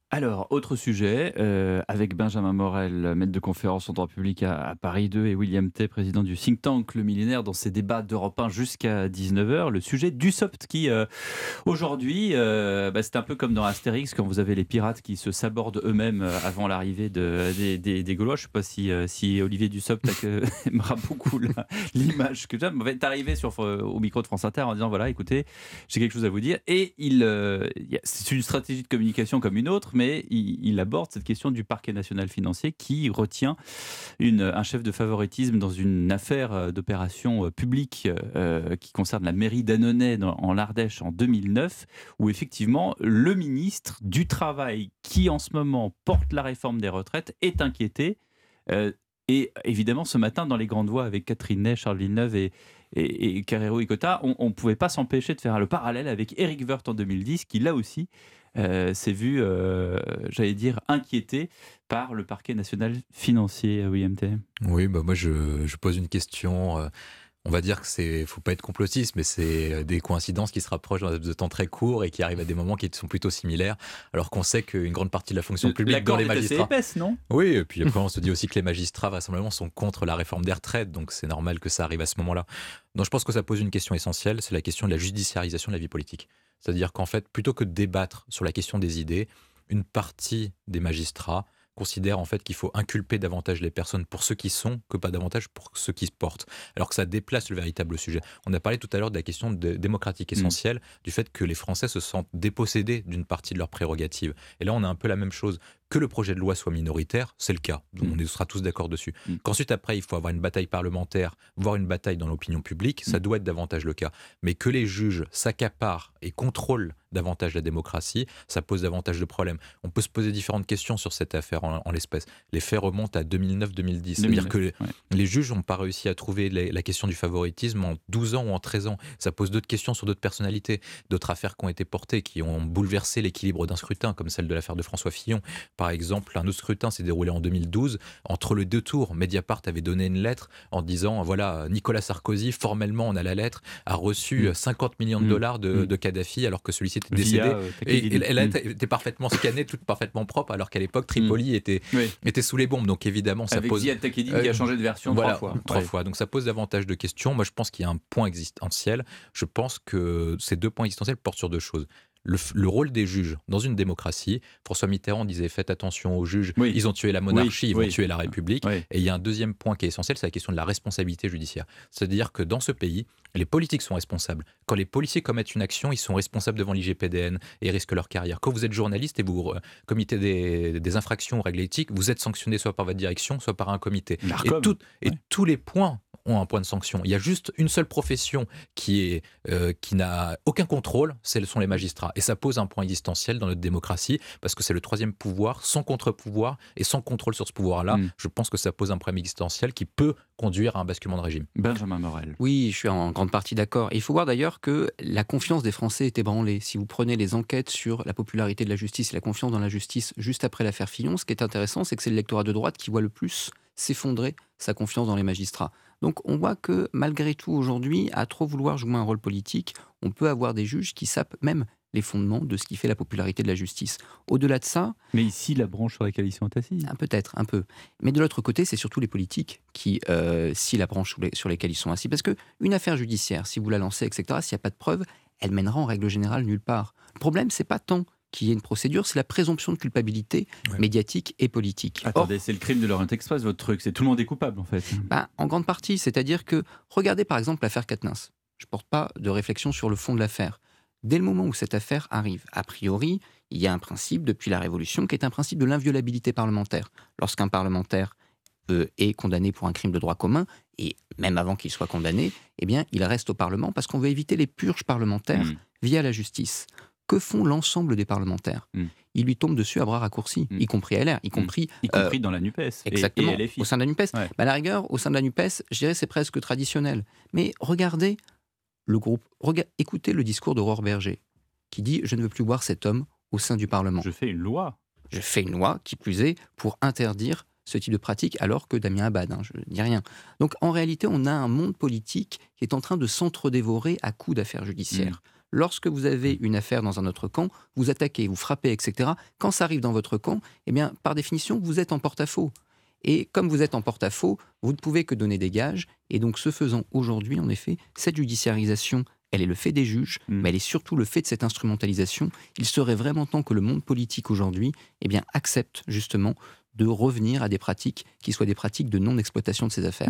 Alors, autre sujet, avec Benjamin Morel, maître de conférence en droit public à Paris 2 et William Tay, président du think tank Le Millénaire, dans ses débats d'Europe 1 jusqu'à 19h, le sujet du SOPT qui, aujourd'hui, c'est un peu comme dans Astérix quand vous avez les pirates qui se sabordent eux-mêmes avant l'arrivée des Gaulois. Je ne sais pas si Olivier Dussopt aimera beaucoup l'image que j'aime. Va être arrivé au micro de France Inter en disant voilà, écoutez, j'ai quelque chose à vous dire. Et c'est une stratégie de communication comme une autre, mais il aborde cette question du parquet national financier qui retient un chef de favoritisme dans une affaire d'opération publique qui concerne la mairie d'Annonay en l'Ardèche en 2009, où effectivement le ministre du Travail, qui en ce moment porte la réforme des retraites, est inquiété. Euh, et évidemment, ce matin, dans les grandes voix avec Catherine Ney, Charles Villeneuve et Carrero Icota, on ne pouvait pas s'empêcher de faire le parallèle avec Éric Woerth en 2010, qui là aussi s'est vu, j'allais dire, inquiété par le parquet national financier, William Tay. Oui, moi je pose une question. On va dire que faut pas être complotiste, mais c'est des coïncidences qui se rapprochent dans de temps très courts et qui arrivent à des moments qui sont plutôt similaires, alors qu'on sait qu'une grande partie de la fonction publique, dont les magistrats. La corde est assez épaisse, non ? Oui, et puis après on se dit aussi que les magistrats vraisemblablement sont contre la réforme des retraites, donc c'est normal que ça arrive à ce moment-là. Donc je pense que ça pose une question essentielle, c'est la question de la judiciarisation de la vie politique. C'est-à-dire qu'en fait, plutôt que de débattre sur la question des idées, une partie des magistrats considère en fait qu'il faut inculper davantage les personnes pour ceux qui sont que pas davantage pour ceux qui se portent, alors que ça déplace le véritable sujet. On a parlé tout à l'heure de la question démocratique essentielle, du fait que les Français se sentent dépossédés d'une partie de leurs prérogatives. Et là, on a un peu la même chose. Que le projet de loi soit minoritaire, c'est le cas. On sera tous d'accord dessus. Qu'ensuite, après, il faut avoir une bataille parlementaire, voire une bataille dans l'opinion publique, ça doit être davantage le cas. Mais que les juges s'accaparent et contrôlent davantage la démocratie, ça pose davantage de problèmes. On peut se poser différentes questions sur cette affaire en l'espèce. Les faits remontent à 2009-2010. C'est-à-dire que les juges n'ont pas réussi à trouver la question du favoritisme en 12 ans ou en 13 ans. Ça pose d'autres questions sur d'autres personnalités, d'autres affaires qui ont été portées, qui ont bouleversé l'équilibre d'un scrutin, comme celle de l'affaire de François Fillon. Par exemple, un autre scrutin s'est déroulé en 2012. Entre les deux tours, Mediapart avait donné une lettre en disant, voilà, Nicolas Sarkozy, formellement, on a la lettre, a reçu 50 millions de dollars de Kadhafi, alors que celui-ci était décédé. Et elle était parfaitement scannée, toute parfaitement propre, alors qu'à l'époque, Tripoli était sous les bombes. Donc évidemment, ça avec pose... Ziad Takieddine qui a changé de version trois fois. Donc ça pose davantage de questions. Moi, je pense qu'il y a un point existentiel. Je pense que ces deux points existentiels portent sur deux choses. Le rôle des juges dans une démocratie. François Mitterrand disait faites attention aux juges, ils ont tué la monarchie, ils vont tuer la République. Et il y a un deuxième point qui est essentiel, c'est la question de la responsabilité judiciaire. C'est-à-dire que dans ce pays, les politiques sont responsables. Quand les policiers commettent une action, ils sont responsables devant l'IGPDN et risquent leur carrière. Quand vous êtes journaliste et vous commettez des infractions aux règles éthiques, vous êtes sanctionné soit par votre direction, soit par un comité. Et tous les points ont un point de sanction. Il y a juste une seule profession qui n'a aucun contrôle, ce sont les magistrats. Et ça pose un point existentiel dans notre démocratie, parce que c'est le troisième pouvoir, sans contre-pouvoir et sans contrôle sur ce pouvoir-là. Je pense que ça pose un problème existentiel qui peut conduire à un basculement de régime. Benjamin Morel. Oui, je suis en grande partie d'accord. Et il faut voir d'ailleurs que la confiance des Français est ébranlée. Si vous prenez les enquêtes sur la popularité de la justice et la confiance dans la justice juste après l'affaire Fillon, ce qui est intéressant, c'est que c'est le lectorat de droite qui voit le plus s'effondrer sa confiance dans les magistrats. Donc on voit que malgré tout aujourd'hui, à trop vouloir jouer un rôle politique, on peut avoir des juges qui sapent même les fondements de ce qui fait la popularité de la justice. Au-delà de ça... Mais ici, la branche sur laquelle ils sont assis. Peut-être, un peu. Mais de l'autre côté, c'est surtout les politiques qui scient la branche sur lesquelles ils sont assis. Parce qu'une affaire judiciaire, si vous la lancez, etc., s'il n'y a pas de preuves, elle mènera en règle générale nulle part. Le problème, c'est pas tant qu'il y ait une procédure, c'est la présomption de culpabilité médiatique et politique. Attendez, c'est le crime de l'Orient Express, votre truc. C'est tout le monde est coupable, en fait. En grande partie. C'est-à-dire que, regardez par exemple l'affaire Quatennens. Je ne porte pas de réflexion sur le fond de l'affaire. Dès le moment où cette affaire arrive, a priori, il y a un principe depuis la Révolution qui est un principe de l'inviolabilité parlementaire. Lorsqu'un parlementaire est condamné pour un crime de droit commun, et même avant qu'il soit condamné, eh bien, il reste au Parlement parce qu'on veut éviter les purges parlementaires via la justice. Que font l'ensemble des parlementaires ? Ils lui tombent dessus à bras raccourcis, y compris LR, y compris dans la NUPES. Exactement, et LFI. au sein de la NUPES. À la rigueur, au sein de la NUPES, je dirais c'est presque traditionnel. Mais regardez le groupe, écoutez le discours d'Aurore Berger, qui dit « Je ne veux plus voir cet homme au sein du Parlement ». Je fais une loi. Je fais une loi, qui plus est, pour interdire ce type de pratique, alors que Damien Abad, je ne dis rien. Donc en réalité, on a un monde politique qui est en train de s'entre-dévorer à coups d'affaires judiciaires. lorsque vous avez une affaire dans un autre camp, vous attaquez, vous frappez, etc. Quand ça arrive dans votre camp, eh bien, par définition, vous êtes en porte-à-faux. Et comme vous êtes en porte-à-faux, vous ne pouvez que donner des gages. Et donc, ce faisant, aujourd'hui, en effet, cette judiciarisation, elle est le fait des juges, mais elle est surtout le fait de cette instrumentalisation. Il serait vraiment temps que le monde politique aujourd'hui accepte justement de revenir à des pratiques qui soient des pratiques de non-exploitation de ces affaires.